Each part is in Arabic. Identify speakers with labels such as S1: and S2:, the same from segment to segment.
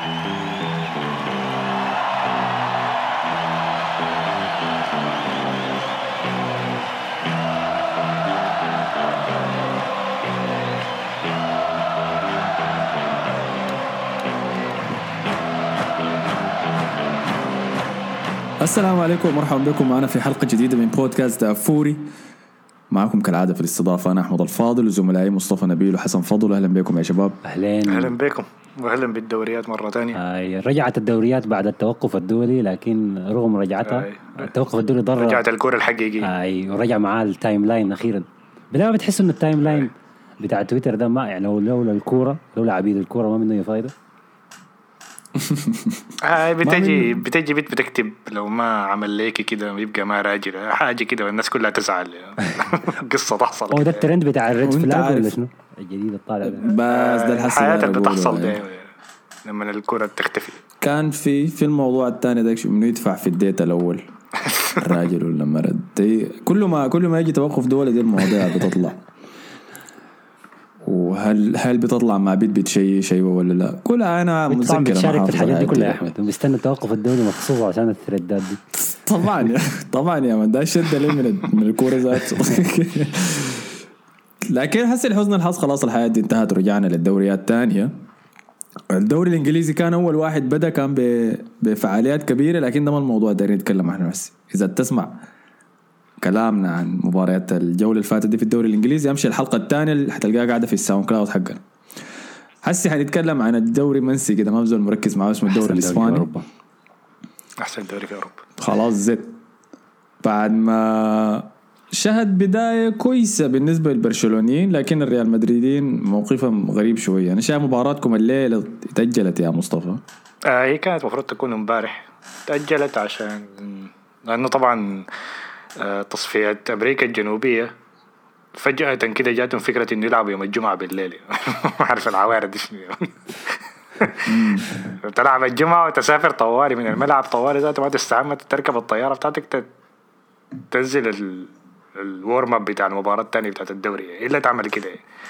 S1: السلام عليكم ومرحبا بكم معنا في حلقة جديدة من بودكاست دافوري. معكم كالعادة في الاستضافة أنا أحمد الفاضل وزملائي مصطفى نبيل وحسن فضل. أهلا بكم يا شباب.
S2: أهلا بكم وأهلا بالدوريات مرة تانية.
S3: رجعت الدوريات بعد التوقف الدولي، لكن رغم رجعتها التوقف الدولي ضر.
S2: رجعت الكرة الحقيقية.
S3: ورجع معاه التايم لاين أخيرا. بدأ بتحس إنه التايم لاين بتاع تويتر ده ما يعني لولا الكورة، لولا عبيد الكورة ما منه أي فايدة.
S2: بتجي بتكتب لو ما عمل ليكي كده يبقى ما راجل حاجة كده والناس كلها تزعل. قصة تحصل.
S3: ده الترند بتاع الريد فلاج ولا شنو الجديد الطالع ده؟
S1: بس ده الحسن
S2: الحياة اللي بتحصل ده لما الكرة تختفي.
S1: كان في الموضوع الثاني ده إنه يدفع في الديت الأول الراجل ولا مرد. كل ما يجي توقف دولة دي المواضيع بتطلع. وهل بتطلع مع بيت شيء ولا لا؟ كلها انا متذكر
S3: بتشارك في الحاجات دي كلها يا احمد، ومستنى التوقف الدولي مخصوص عشان الثريدات دي.
S1: طبعا يا من ده الشده ليه من الكوره ذات. لكن حس الحزن الحظ خلاص الحياه دي انتهت ورجعنا للدوريات الثانيه. الدوري الانجليزي كان اول واحد بدا كان بفعاليات كبيره، لكن ده ما الموضوع ده نتكلم عنه بس. اذا تسمع كلامنا عن مباريات الجولة اللي فاتت دي في الدوري الإنجليزي امشي الحلقة الثانية اللي حتلقاها قاعدة في الساوند كلاود حقنا. حسي حنتكلم عن الدوري منسي كده، ما بزول مركز معه اسمه الدوري الإسباني.
S2: أحسن دوري في أوروبا.
S1: خلاص زد بعد ما شهد بداية كويسة بالنسبة للبرشلونيين، لكن الريال مدريدين موقفهم غريب شوية. أنا شايف مباراتكم الليلة تأجلت يا مصطفى.
S2: هي كانت مفروض تكون امبارح، تأجلت عشان لأنه طبعا تصفيات أمريكا الجنوبية فجأة كده جاتهم فكرة إنه يلعبوا يوم الجمعة بالليل. ما عارف العوارض دي شنو. تلعب الجمعة وتسافر طوالي من الملعب طوالي ذاته، ما تستعمل تركب الطيارة بتاعتك تنزل الورم اب بتاع المباراة الثانية بتاعت الدوري إلا تعمل كده.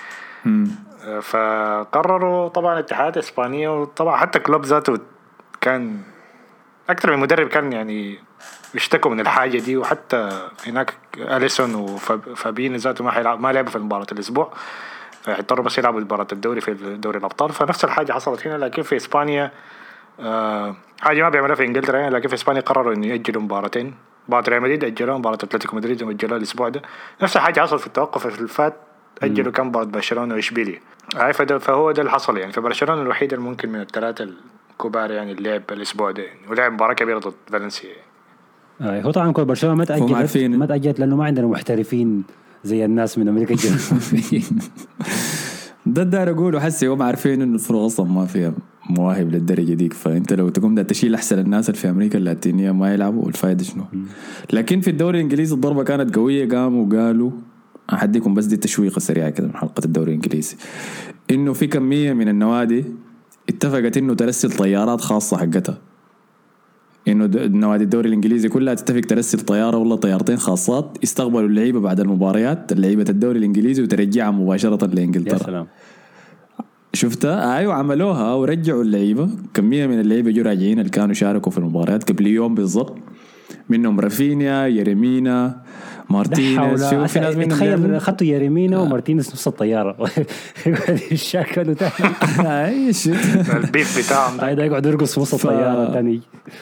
S2: فقرروا طبعا اتحاد إسبانيا، وطبعا حتى كلوب ذاته كان أكثر من مدرب كان يعني يشتكوا من الحاجة دي. وحتى هناك أليسون وفابين ذاته ما لعبوا في مباراة الأسبوع، فاضطروا بس يلعبوا مباراة الدوري في دوري الأبطال. فنفس الحاجة حصلت هنا، لكن في إسبانيا حاجة ما بيعملها في إنجلترا يعني. لكن في إسبانيا قرروا إنه يأجلوا مباراتين، مباراة ريال مدريد أجلوها، مباراة أتلتيكو مدريد أجلوها الأسبوع ده. نفس الحاجة حصلت في التوقف اللي فات، أجلوا كم مباراة برشلونة وإشبيلية. فهو ده اللي حصل يعني. فبرشلونة الوحيدة الممكن من الثلاثة الكبار يعني اللي لعب الأسبوع ده يعني، ولعب مباراة كبيرة ضد فالنسيا.
S3: هو طبعا كل برشلونة ما تأجلت لأنه ما عندنا محترفين زي الناس من أمريكا الجنوبية.
S1: ده داير أقوله. حسي هم عارفين إنه الفرق أصلا ما فيها مواهب للدرجة ديك، فأنت لو تقوم ده تشيل أحسن الناس اللي في أمريكا اللاتينية ما يلعبوا، والفائدة شنو؟ لكن في الدوري الإنجليزي الضربة كانت قوية. قاموا وقالوا أحديكم بس دي التشويقة السريعة كده من حلقة الدوري الإنجليزي، إنه في كمية من النوادي اتفقت إنه ترسل طيارات خاصة حقتها. إنه نوادي الدوري الإنجليزي كلها تتفق ترسل طيارة ولا طيارتين خاصات يستقبلوا اللعيبة بعد المباريات، اللعيبة الدوري الإنجليزي، وترجعها مباشرة لإنجلترا.
S3: يا سلام.
S1: شفتها؟ أيوة عملوها ورجعوا اللعيبة. كمية من اللعيبة جو راجعين اللي كانوا شاركوا في المباريات قبل يوم بالضبط، منهم رافينيا، يريمينا، مارتينيز.
S3: في ناس منهم تخيل خدوا يريمينا ومارتينيز نفس الطيارة. الشكل وتاني
S1: أي شيء
S2: البيف بتاعهم
S3: ده يقعد يرقص في نص الطيارة تاني.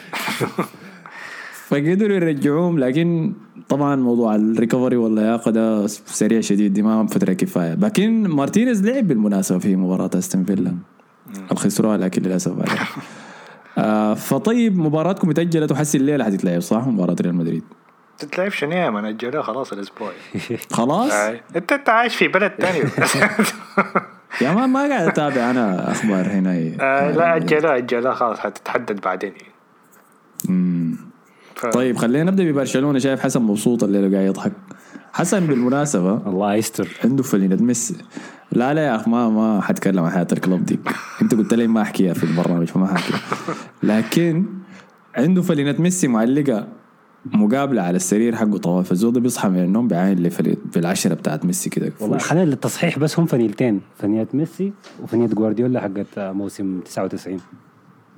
S1: فقدروا يرجعوهم، لكن طبعا موضوع الريكفري واللياقة ده سريع شديد، دي ما فترة كفاية. لكن مارتينيز لعب بالمناسبة في مباراة أستون فيلا الخسروها، لكن للأسف عليه. فطيب مباراتكم اتأجلت وحسي الليلة حتتلعب صح؟ مباراة ريال مدريد
S2: تتلعب شنو يا من أجلوها خلاص الأسبوع.
S1: خلاص
S2: أنت عايش في بلد تاني.
S1: يا ما قاعد أتابع أنا أخبار هنا.
S2: لا أجلوها خلاص حتتحدد بعدين.
S1: طيب خلينا نبدأ ببرشلونة. شايف حسن مبسوط اللي قاعد يضحك. حسن بالمناسبة
S3: الله يستر
S1: عنده فلينة ميسي. لا يا أخ ما حتكلم عن حياة الكلوب دي. أنت قلت لي ما أحكيها في البرنامج فما حكي. لكن عنده فلينة ميسي معلقة مقابلة على السرير حقه طوال، فالزود بيصحى من النوم بعين اللي في العشرة بتاعت ميسي كده.
S3: والله خلينا للتصحيح بس هم فنيلتين، فنيات ميسي وفنيات جوارديولا حقت موسم 99.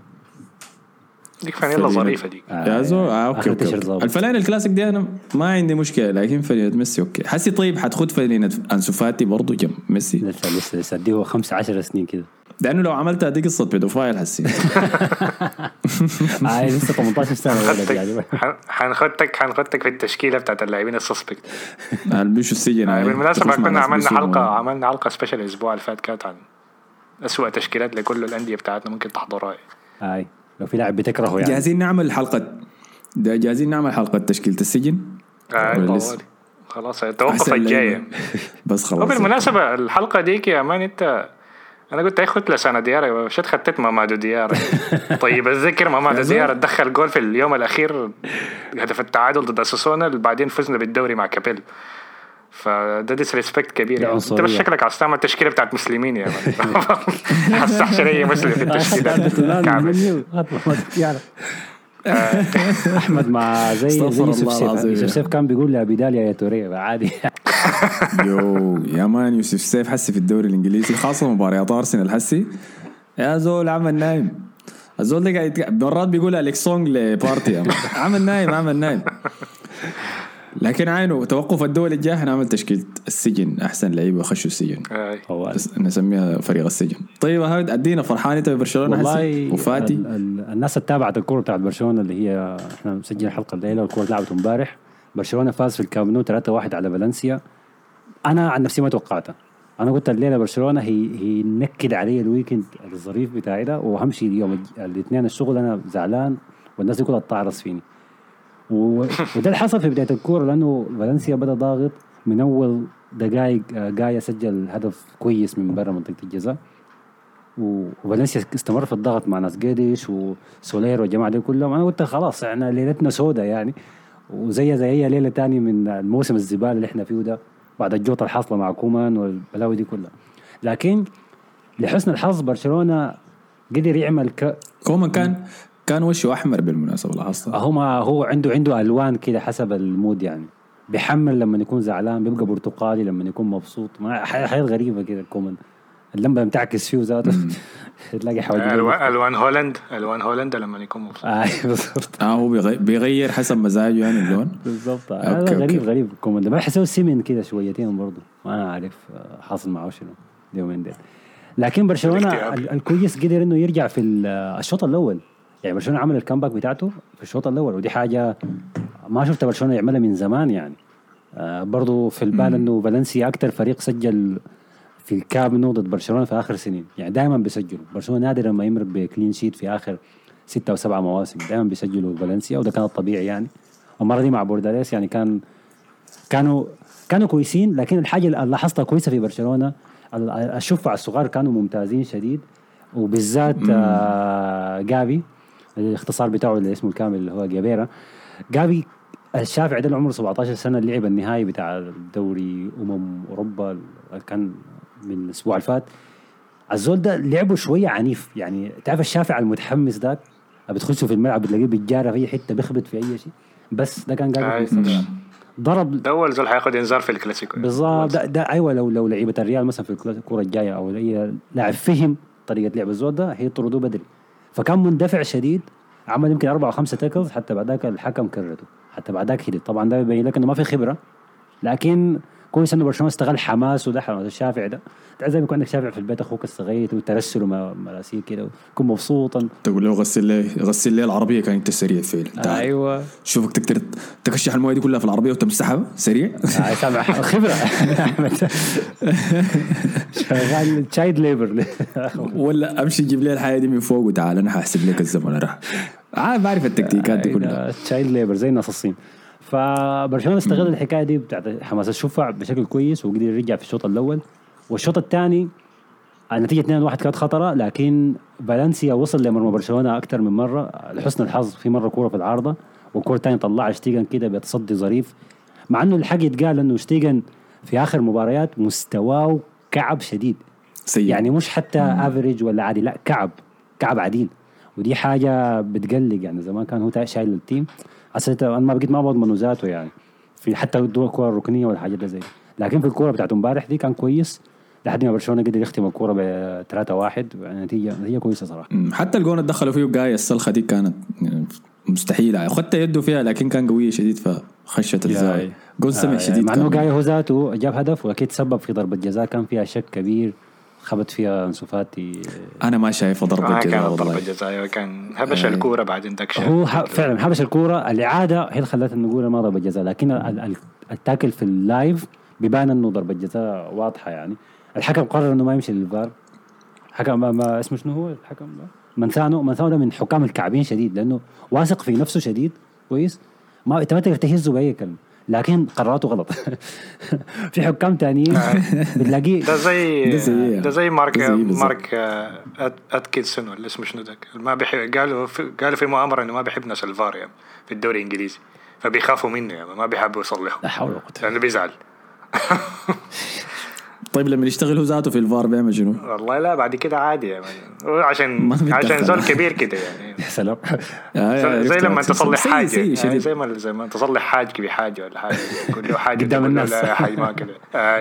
S2: ديك فانيلا ظريفه ديك.
S1: يا زو اوكي الفلان الكلاسيك دي انا ما عندي مشكله، لكن فلينة ميسي اوكي. حسي طيب حتخد فلينة انسو فاتي برضه جنب ميسي؟
S3: لسه ديه 15 سنين كده،
S1: لانه لو عملتها دي قصه بيدوفايل حسي.
S3: لسه 18 سنه
S2: حنخدتك في التشكيله بتاعت اللاعبين السسبكت
S1: البيشو السجن.
S2: بالمناسبه كنا عملنا حلقه سبيشال الاسبوع اللي فات كانت عن اسوأ تشكيلات لكل الانديه بتاعتنا ممكن تحضرها.
S3: لو في لاعب بتكرهه يعني
S1: جاهزين نعمل حلقه تشكيله السجن.
S2: خلاص التوقف الجاي
S1: بس خلاص.
S2: بالمناسبه الحلقه ديك يا مان انت انا قلت اخذت لسانه ديارة شد خدت مامادو ديارة. طيب الذكر مامادو ديارة دخل جول في اليوم الاخير هدف التعادل ضد اساسونا اللي بعدين فزنا بالدوري مع كابيل، فده ديسريسبكت كبير يعني. انت بس شكلك عايز تعمل التشكيله بتاعت مسلمين يا مان. هستحشر اي مسلم في التشكيله.
S3: احمد مع زي يوسف سيف كان بيقول لي بداليا يا توريه عادي.
S1: يو يا مان يوسف سيف حسي في الدوري الانجليزي خاصه مباريات ارسنال حسي يا زول عمل نايم. الزول ده قاعد مرات بيقول اليكسونج لبارتي عمل نايم. لكن عينه توقف الدول الجاي هنعمل تشكيلة السجن أحسن لعيبة خشوا السجن نسميها فريق السجن. طيب هاي أدينا فرحان أنت ببرشلونة
S3: والله
S1: وفاتي
S3: الناس تتابعت الكرة بتاعت برشلونة اللي هي احنا مسجل الحلقة الليلة والكرة لعبت امبارح. برشلونة فاز في الكامب نو 3-1 على فالنسيا. أنا عن نفسي ما توقعتها. أنا قلت الليلة برشلونة هي نكد علي الويكند الظريف بتاعي ده، وأهم شيء اليوم الاثنين الشغل أنا زعلان والناس دي كلها تطعرص فيني وده اللي حصل في بداية الكورة، لأنه فالنسيا بدأ ضاغط من أول دقائق. جاية سجل هدف كويس من برا منطقة الجزاء، وفالنسيا استمر في الضغط مع ناس جيديش وسولير والجماعة دي كلهم. أنا قلت خلاص احنا ليلتنا سودة يعني، وزي أي ليلة تاني من الموسم الزبالة اللي احنا فيه ده بعد الجوطة الحاصلة مع كومان والبلاوي دي كلها. لكن لحسن الحظ برشلونة قدر يعمل
S1: كومان كان وشه أحمر بالمناسبة لاحظتها.
S3: هو عنده ألوان كده حسب المود يعني. بيحمل لما يكون زعلان، بيبقى برتقالي لما يكون مبسوط. حاجات غريبة كده كومان اللمبة بتعكس فيه ذاته. تلاقي حوالي
S2: ألوان هولندا لما يكون مبسوط.
S3: بالضبط.
S1: هو بيغير حسب مزاجه يعني اللون.
S3: بالضبط. هذا غريب كومان ده. بحسه سيمين كده شويتين برضو، ما أنا عارف حاصل معه شنو اليومين ده. لكن برشلونة الكويس قدر إنه يرجع في الشوط الأول. يعني برشلونة عمل الكامباك بتاعته في الشوط الأول، ودي حاجة ما شفت برشلونة يعملها من زمان يعني. برضو في البال إنه فالنسيا أكتر فريق سجل في الكامب نو ضد برشلونة في آخر سنين. يعني دائما بيسجلوا برشلونة، نادرا ما يمر بكلين شيت في آخر 6 أو 7 مواسم. دائما بيسجلوا فالنسيا، وده كان الطبيعي يعني. المرة دي مع بورداليس يعني كانوا كويسين. لكن الحاجة اللي لاحظتها كويسة في برشلونة الشفع الصغار كانوا ممتازين شديد، وبالذات جافي الاختصار بتاعه اللي اسمه الكامل اللي هو جابيرا. جافي الشافعي ده عمره 17 سنة، لعب النهائي بتاع الدوري أوروبا كان من الأسبوع الفات. الزول ده لعبه شوية عنيف يعني. تعرف الشافعي المتحمس ده بتخشه في الملعب بتلاقيه بيتجارى في أي حتة، بيخبط في أي شيء، بس ده كان قاعد ضرب.
S2: ده أول زول هياخد إنذار في الكلاسيكو
S3: بالضبط. ده أيوة لو لعيبة الريال مثلا في الكرة الجاية أو أي لاعب فهم طريقة لعب الزول ده هيطردوه بدري. فكان مندفع شديد، عمل يمكن 4 أو 5 تاكلز، حتى بعدك الحكم كرته، حتى بعدك هدي. طبعا ده بيبين لك انه ما في خبره، لكن كويس انه برشلونه استغل حماس وده حماس الشافعي ده. انت زي ما يكون عندك شافعي في البيت، اخوك الصغير وترسل ومراسيل كده ويكون مبسوطا.
S1: تقول له غسل لي العربيه، كان انت سريع فعلا.
S3: ايوه
S1: شوفك تقدر تكشح المويه دي كلها في العربيه وتمسحها سريع.
S3: سامع خبره. شغال تشايلد ليبر.
S1: ولا امشي جيب لي الحاجه دي من فوق وتعال انا هحسب لك الزمن. راح بعرف التكتيكات دي كلها.
S3: تشايلد ليبر زي الناس الصين. فبرشلونه استغل الحكايه دي بتاعت حماس الشفع بشكل كويس، وقدر يرجع في الشوط الاول. والشوط الثاني النتيجه 2-1 كانت خطره، لكن فالنسيا وصل لمرمى برشلونه اكثر من مره. لحسن الحظ في مره كوره في العارضه، والكوره الثانيه طلع شتيغن كده بتصدي ظريف. مع انه الحق يتقال انه شتيغن في اخر مباريات مستواه كعب شديد
S1: سيء.
S3: يعني مش حتى افريج ولا عادي، لا كعب عديل. ودي حاجه بتقلق يعني. زمان كان هو شايل التيم، انا ما بقيت ما بضمن ذاته يعني في حتى الكره الركنيه والحاجات زي دي. لكن في الكره بتاعته امبارح دي كان كويس لحد ما برشلونه قدر يختم الكره ب 3-1. نتيجه كويسه صراحه.
S1: حتى الجون اللي دخلوا فيه جاي السلخه دي كانت مستحيل خدت يده فيها لكن كان قوية شديد فخشت الزاوية جول سمح شديد
S3: مع انه جاي هو ذاته جاب هدف واكيد سبب في ضربة جزاء كان فيها شك كبير خبط فيها أنسو فاتي.
S1: انا ما شايفه ضربة جزاء والله
S2: ضربة جزاء كان هبش الكورة بعدين دكشة
S3: هو فعلا هبش الكورة الإعادة هي اللي خلتنا نقول ما ضربة جزاء لكن التاكل في اللايف بيبان انه ضربة جزاء واضحة يعني. الحكم قرر انه ما يمشي للفار. حكم ما اسمه شنو هو الحكم منثانو ده من حكام الكعبين شديد لانه واثق في نفسه شديد كويس ما تقدر تهزه باي كلمه لكن قراراته غلط. في حكام تانيين بتلاقيه
S2: ده زي مارك اتكنسون ولا اسمه شنو ذاك ما بيحب قالوا في مؤامره انه ما بيحب ناس الفار يعني في الدوري الانجليزي فبيخافوا منه يعني ما بيحبوا يصلحوا
S3: لا حول ولا قوه
S2: لانه بيزعل.
S1: طيب لما يشتغل هو ذاته في الفار بيعمل شنو؟
S2: والله لا بعد كده عادي يعني عشان زول كبير كده يعني.
S3: سلام.
S2: زي لما تصلح حاجة زي ما تصلح حاجة بحاجة ولا حاجة كل له حاجة
S3: قدام الناس
S2: حاجة ما كده.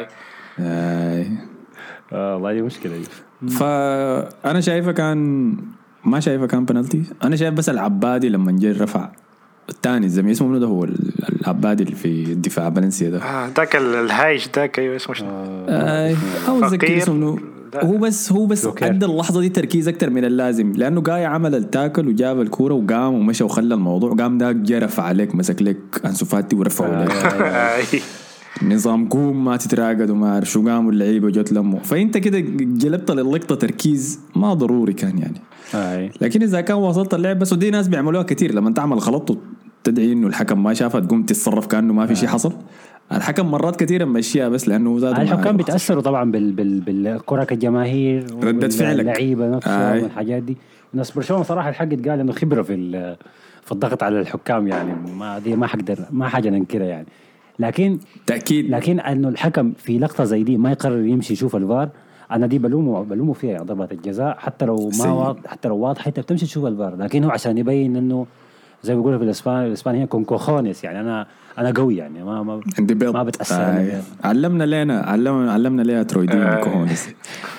S3: والله دي مشكلة دي.
S1: فأنا شايفه ما شايفه كان بنالتي. أنا شايف بس العبادي لما جاء رفع الثاني الزميل اسمه منو ده هو العبادي اللي في الدفاع فالنسيا ده
S2: ذاك الهايش ذاك ايوه اسمه شنو
S1: او ذكر اسمه هو بس ادى اللحظه دي تركيز اكتر من اللازم لانه جاي عمل التاكل وجاب الكوره وقام ومشى وخلى الموضوع قام ده جرف عليك مسك لك أنسو فاتي ورفعه لك نظام قوم ما تتراقد وما اعرف شو قاموا اللعيبه وجت لمه فانت كده جلبت للقطه تركيز ما ضروري كان يعني لكن اذا كان وصلت اللعب بس ودي ناس بيعملوها كتير لما تعمل غلط تدعي انه الحكم ما شافها تقوم تتصرف كانه ما في شيء حصل. الحكم مرات كثيره ماشيها بس لانه زاد
S3: الحكام بيتاثروا طبعا بالكره كجماهير
S1: ردة فعلك
S3: اللعيبه نفسها والحاجات دي. ناس برشلونه صراحه الحق قال انه خبره في الضغط على الحكام يعني ما حاجه ننكرها يعني لكن
S1: تاكيد
S3: لكن انه الحكم في لقطه زي دي ما يقرر يمشي يشوف الفار انا دي بلومه فيها يعني ضربات الجزاء حتى لو ما حتى لو واضح انت بتمشي تشوف الفار لكن هو عشان يبين انه زي ما بيقولوا في الاسباني هي كونكوخونيس يعني انا قوي يعني ما بتاثر
S1: علمنا لنا ترويدين كوخونيس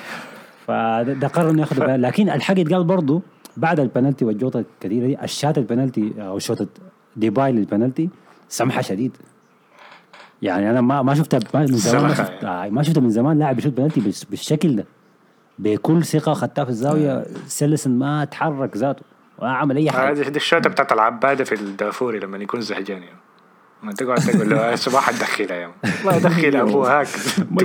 S3: فده قرر انه ياخذ لكن الحق يتقال برضه بعد البنالتي والجوطه الكثيره دي الشات البنالتي او شوطه ديباي للبنالتي سمحه شديد يعني انا ما شفت من زمان ما شفت من زمان لاعب يشوط بنالتي بالشكل ده بكل ثقه خدتها في الزاويه سلسن ما تحرك ذاته وعمل اي حاجه.
S2: هذه الشوطه بتاعت العباده في الدافوري لما يكون زهجان يعني ما تقعد تقول له صباح تدخلها يا الله يدخل ابوه هاك.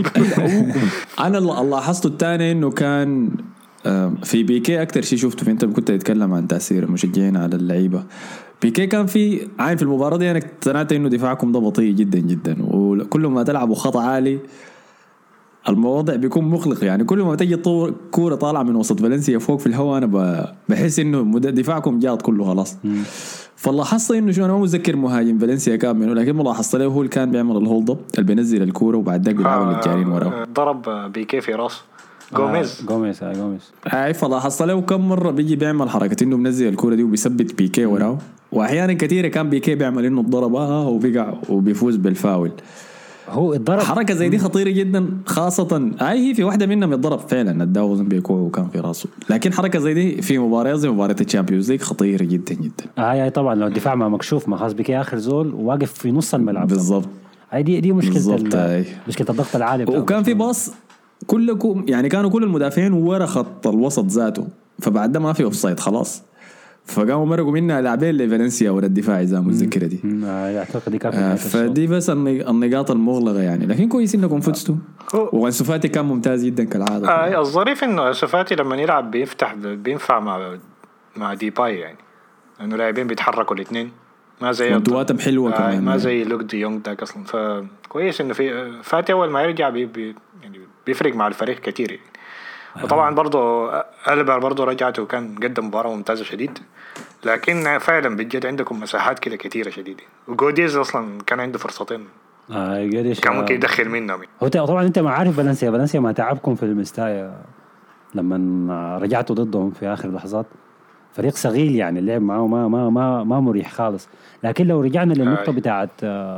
S1: انا اللي لاحظته الثاني انه كان في بيكي اكثر شيء شفته انت كنت تتكلم عن تاثير المشجعين على اللعيبه. بيكي كان في عين في المباراه دي انا اقتنعت انه دفاعكم ده بطيء جدا جدا وكل ما تلعبوا خطا عالي الموضوع بيكون مقلق يعني كل ما تجي كوره طالعه من وسط فالنسيا فوق في الهواء انا بحس انه دفاعكم جاد كله خلاص. فلاحظت انه شو انا ما متذكر مهاجم فالنسيا كان منه لكن لاحظت له هو اللي كان بيعمل الهولد اللي بينزل الكوره وبعد ذاك بيلعب الجارين وراه
S2: ضرب بيكي في راس جوميز
S1: فلاحظت له كم مره بيجي بيعمل حركه انه منزل الكوره دي وبيثبت بيكي وراه واحيانا كثيره كان بيكي بيعمل انه ضربها وبيقع وبيفوز بالفاول.
S3: هو الضرب
S1: حركه زي دي خطيره جدا خاصه هي في واحده منهم الضرب فعلا الداوزن بيكو وكان في راسه لكن حركه زي دي في مباراه زي مباراه الشامبيونز ليج خطيره جدا جدا.
S3: هي طبعا لو الدفاع ما مكشوف ما خاص بيكي اخر زول واقف في نص الملعب
S1: بالضبط.
S3: هي دي مشكله الضغط العالي
S1: وكان في باص كلكم يعني كانوا كل المدافعين ورا خط الوسط ذاته فبعد ده ما في اوفسايد خلاص فقاموا مرقوا منها لاعبين لفالنسيا ورا الدفاع زي المذكره دي.
S3: اعتقد دي كانت
S1: فدي بس النقاط المغلقه يعني لكن كويس انكم فتستوا وأنسو فاتي كان ممتاز جدا كالعاده.
S2: الظريف انه أنسو فاتي لما يلعب بينفع مع ديباي يعني انه لاعبين بيتحركوا الاثنين ما زي
S1: دواتهم حلوه كمان
S2: ما زي لوك دي يونغ ده اصلا فكويس انه في فاتي اول ما يرجع يعني بيفرق مع الفريق كتير يعني. وطبعا برضو ألبر برضو رجعته وكان قدم مباراة ممتازة شديد لكن فعلا بجد عندكم مساحات كده كتيرة شديدة وجوديز أصلا كان عنده فرصتين كان ممكن يدخل منهم.
S3: هو طبعا أنت ما عارف فالنسيا ما تعبكم في المستايا لما رجعتوا ضدهم في آخر لحظات فريق صغير يعني اللعب معه ما مريح خالص. لكن لو رجعنا للنقطة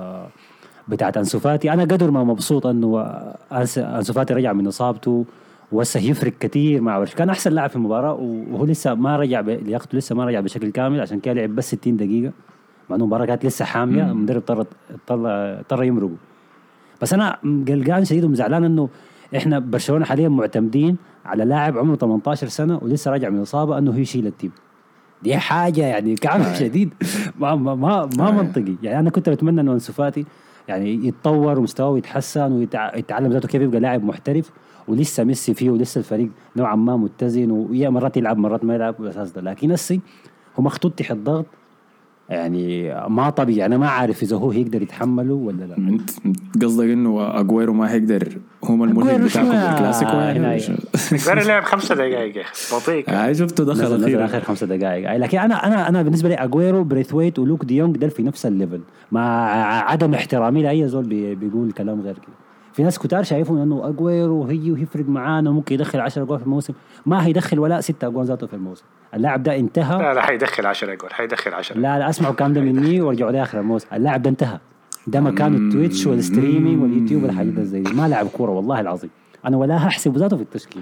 S3: بتاعت أنسو فاتي أنا قدر ما مبسوط أنه أنسو فاتي رجع من إصابته وهسه يفرق كثير مع برشلونة. كان احسن لاعب في المباراه وهو لسه ما رجع لياقته، لسه ما رجع بشكل كامل، عشان كده لعب بس 60 دقيقه مع انه المباراه كانت لسه حاميه. المدرب اضطر يمرقه. بس انا قلقان شديد ومزعلان انه احنا برشلونه حاليا معتمدين على لاعب عمره 18 سنه ولسه راجع من اصابه انه هو يشيل التيم. دي حاجه يعني كعب شديد ما منطقي. يعني انا كنت اتمنى انه أنسو فاتي يعني يتطور ومستواه يتحسن ويتعلم ذاته كيف يبقى لاعب محترف، ولسه ميسي فيه ولسه الفريق نوعا ما متزن، ويا مرات يلعب مرات ما يلعب بالاساس ده. لكن السي هو مخطوط تحت الضغط يعني ما طبيعي. انا ما عارف اذا هو يقدر يتحمله ولا لا.
S1: انت قصدك انه اجويرو ما هيقدر هم الملهم بتاعكم بالكلاسيكو يعني؟
S2: اجويرو لعب 5 دقائق بطيء.
S1: هاي شفته دخل
S3: اخر 5 دقائق. لكن انا بالنسبه لي اجويرو بريثويت ولوك دي يونغ ده في نفس الليفل، مع عدم احترامي لاي زول بيقول كلام غير كده. في ناس كتار شايفون انه اجويرو هي ويفرق معانا ممكن يدخل 10 جول في الموسم. ما هيدخل ولا 6 جول ذاته في الموسم. اللاعب ده انتهى.
S2: لا حيدخل 10 جول، حيدخل 10.
S3: لا اسمعوا الكلام ده مني وارجعوا لي اخر الموسم. اللاعب ده انتهى. ده مكان التويتش والستريمينج واليوتيوب والحاجات زي دي. ما لاعب كوره والله العظيم. انا ولا هحسب ذاته في التشكيل.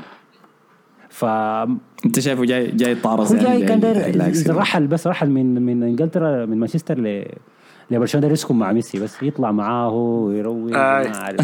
S1: انت شايفه جاي يتعرض
S3: يعني جاي كان رحل من انجلترا من مانشستر لبرشلونه يسكن مع ميسي بس يطلع معاه ويروي. ما عارف.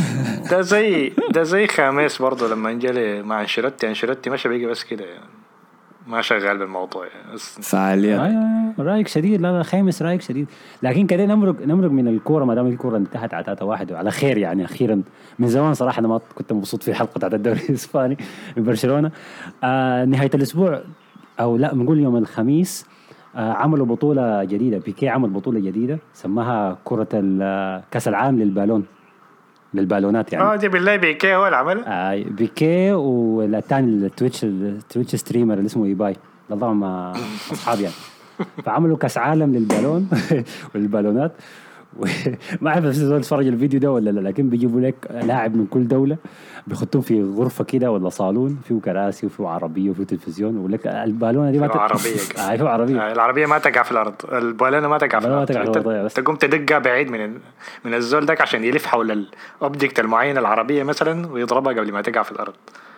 S2: ده زي خامس برضه لما انجلي مع انشيلوتي ماشي بيجي بس كده يعني ما شغال بالموضوع يعني بس
S1: فعاليات.
S3: رايك شديد. لا خامس رايك شديد. لكن كده نمرق من الكوره ما دام الكوره انتهت على 3-1 وعلى خير يعني اخيرا. من زمان صراحه انا ما كنت مبسوط في حلقه بتاعت الدوري الاسباني من برشلونه. نهايه الاسبوع او لا بنقول يوم الخميس عملوا بطوله جديده. بيكي عمل بطوله جديده سماها كره كاس العالم للبالونات يعني.
S2: دي بالله بيكي هو اللي عملها.
S3: بيكي والثاني التويتش ستريمر اللي اسمه ايباي طبعا اصحاب يعني. فعملوا كاس عالم للبالون والبالونات. ما اعرف اذا تتفرج الفيديو ده ولا لا، لكن بيجيبوا لك لاعب من كل دوله بيحطوه في غرفه كده ولا صالون فيه كراسي وفيه عربيه وفيه تلفزيون ويقول لك البالونه دي ما
S2: عربيه. العربيه ما تقع في الارض، البالونه ما تقع في الارض. تقوم تدقها بعيد من الزول داك عشان يلف حول الاوبجكت المعين العربيه مثلا ويضربها قبل ما تقع في الارض.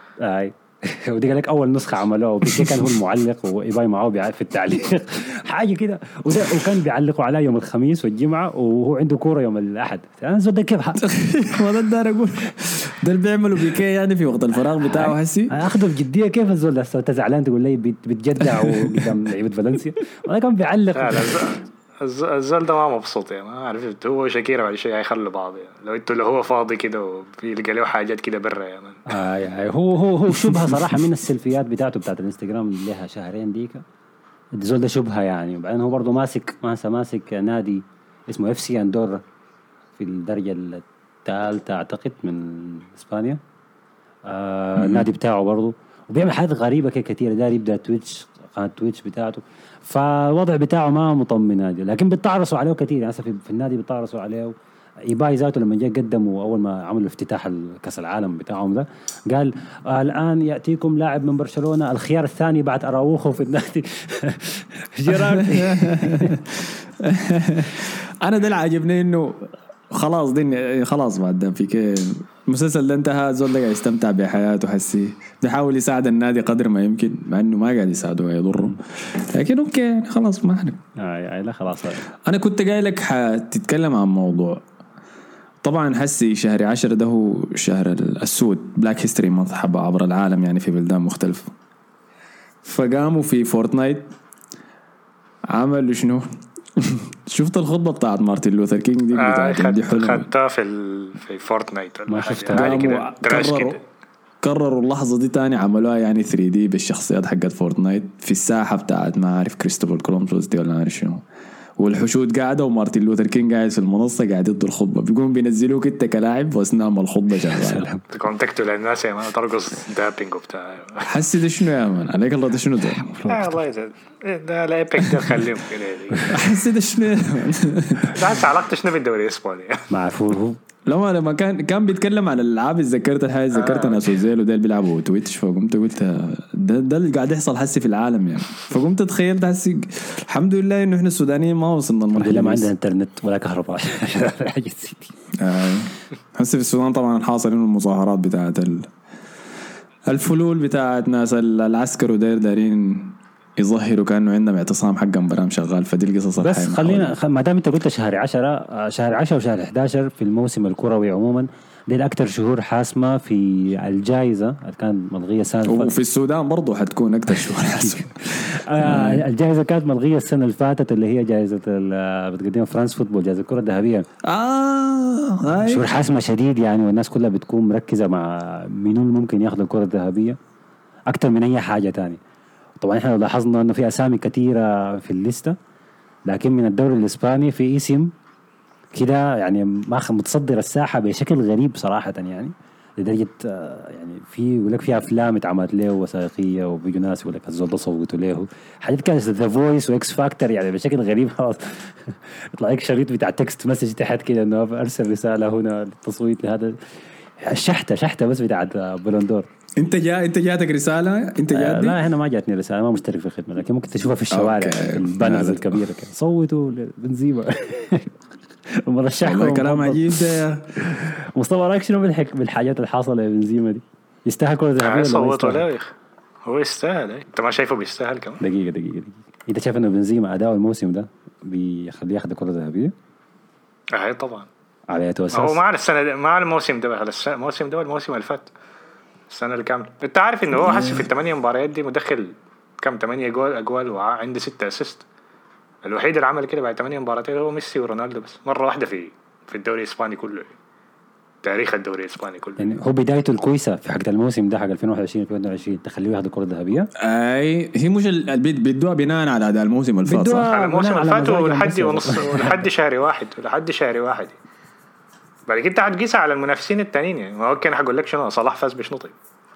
S3: ودي قال لك اول نسخه عملوها وبيكي كان هو المعلق وايباي معاه في التعليق حاجه كده. وكان بيعلقوا على يوم الخميس والجمعه وهو عنده كوره يوم الاحد. انا زود ده كيف
S1: ما ده دار اقول ده اللي بيعملوا بيكي يعني في وقت الفراغ بتاعه هسي
S3: اخذه بجديه. كيف الزول ده انت زعلان تقول لي بتجدع قدام لعيبه فالنسيا ولا كان بيعلق.
S2: الزول ده ما مبسوط يعني. ما عرفت هو شاكيرا بعد شيء هيخلوا بعض يعني. لو هو فاضي كده وبيلقى له حاجات كده برا
S3: يعني. هو شبهه صراحه من السيلفيات بتاعته بتاعت الانستغرام اللي لها شهرين ديك. الزول ده شبهه يعني. وبعدين هو برضه ماسك نادي اسمه FC أندورا في الدرجه الثالثه اعتقد من اسبانيا. النادي بتاعه برضه وبيعمل حاجات غريبه كثيره. داير يبدا قناه تويتش بتاعته. فالوضع بتاعه ما مطمن هذا. لكن بيتعرصوا عليه كثير يعني. في النادي بيتعرصوا عليه. إيباي ذاته لما جاء قدموا أول ما عملوا افتتاح الكأس العالم بتاعهم ده قال الآن يأتيكم لاعب من برشلونة الخيار الثاني بعد أراوخو في النادي. جيرارد.
S1: أنا ده اللي عجبني إنه خلاص بعد في المسلسل ده انتهى. زول ده قاعد يستمتع بحياته حسي بيحاول يساعد النادي قدر ما يمكن مع انه ما قاعد يساعده يضره. لكن اوكي خلاص ما احنا
S3: لا خلاص.
S1: انا كنت جاي لك تتكلم عن موضوع. طبعا حسي شهر 10 ده هو شهر السود بلاك هيستوري مانث حبة عبر العالم يعني في بلدان مختلفة. فقاموا في فورتنايت عملوا شنو شفت الخطبة بتاعت مارتن لوثر كينج دي بتاعت
S2: خدتها في فورتنايت
S3: ما شفتها.
S1: قرروا اللحظة دي تاني عملوها يعني 3D بالشخصيات حقت فورتنايت في الساحة بتاعت ما عارف كريستوفر كولومبوس دي ولا عارف شنو. والحشود قاعدة ومارتن لوثر كينج قاعد في المنصة قاعد يدوا الخطبة. بيقوم بينزلوك انت كلاعب واثناء ما الخطبة شغالة
S2: كونتاكتوا للناس يا مان ترقص دابينج وبتاع.
S1: حسي ده شنو يا مان عليك الله ده شنو ده
S2: الله يزعل ده لا ايبك ده خليهم كده.
S1: حسي ده شنو يا مان
S2: ده علاقته شنو بالدوري الاسباني
S3: معفوه.
S1: لما كان بيتكلم عن الالعاب ذكرت الحاجه ذكرت انا سوزيل وده اللي بيلعبوا تويتش. فقمت قلت ده اللي قاعد يحصل حسي في العالم يعني. فقمت تخيلت حسي الحمد لله انه احنا السودانيين ما وصلنا
S3: المرحله ما عندنا انترنت ولا كهرباء حاجه سيتي.
S1: حسي في السودان طبعا حاصل انه المظاهرات بتاعت الفلول بتاعت ناس العسكر دايرين يظهروا كأنه عندهم اعتصام حق برام شغال. فدي القصص
S3: بس خلينا ما دام انت قلت شهر 10 وشهر 11 في الموسم الكروي عموما، دي الأكثر شهور حاسمة في الجائزة اللي كانت ملغية السنة
S1: وفي السودان برضو حتكون أكثر شهور حاسمة.
S3: الجائزة كانت ملغية السنة اللي فاتت، اللي هي جائزة بتقدمها فرانس فوتبول، جائزة الكرة الذهبية. شهور حاسمة شديد يعني، والناس كلها بتكون مركزة مع منو ممكن ياخذ الكرة الذهبية أكثر من أي حاجة تانية. طبعا احنا لاحظنا انه في اسامي كثيره في الليسته، لكن من الدوري الاسباني في اسم كده يعني ما متصدر الساحه بشكل غريب صراحه يعني، لدرجه يعني في يقول لك في افلام اتعملت له وثائقيه وبيجوا ناس يقول لك الزول ده صوتوا له حاجات كانت ذا فويس واكس فاكتور يعني بشكل غريب. خلاص يطلع لك شريط بتاع تكست مسج تحت كده انه ارسل رساله هنا للتصويت لهذا الشحته بس بتاعت بلندور.
S1: انت جاتك رساله؟ انت جاتني؟
S3: لا هنا ما جاتني رساله، ما مشترك في الخدمه، لكن ممكن تشوفها في الشوارع في البانرز الكبيره كده صوتوا بنزيما.
S1: والله كلام عجيب ده.
S3: مصطفى رايك شنو بالحاجات الحاصله لبنزيما دي؟ يستاهل كره ذهبيه؟
S2: صوتوا له هو يستاهل. انت ما شايفه بيستاهل كمان؟
S3: دقيقه انت شايف انه بنزيما اداؤه الموسم ده بيخليه ياخذ كره ذهبيه؟
S2: اي طبعا.
S3: على اساس
S2: هو مع السنه مع الموسم ده، الموسم ده والموسم اللي فات السنه الكامله. انت عارف انه هو حس في ال8 مباريات دي مدخل كم 8 اجوال وعنده 6 اسيست. الوحيد اللي عمل كده بعد 8 مباريات هو ميسي ورونالدو، بس مره واحده في الدوري الاسباني كله، تاريخ الدوري الاسباني كله.
S3: يعني هو بدايته الكويسه في حق الموسم ده حق 2021 تخليه ياخذ الكره الذهبيه.
S1: اي هي مش بيدوها بناء على اداء الموسم اللي فات،
S2: على الموسم اللي فات ولحد ونص ولحد شهر واحد بعد كده هتقيسها على المنافسين التانيين. يعني ما هو كان هقول لك شنو صلاح فاز بشنو طيب.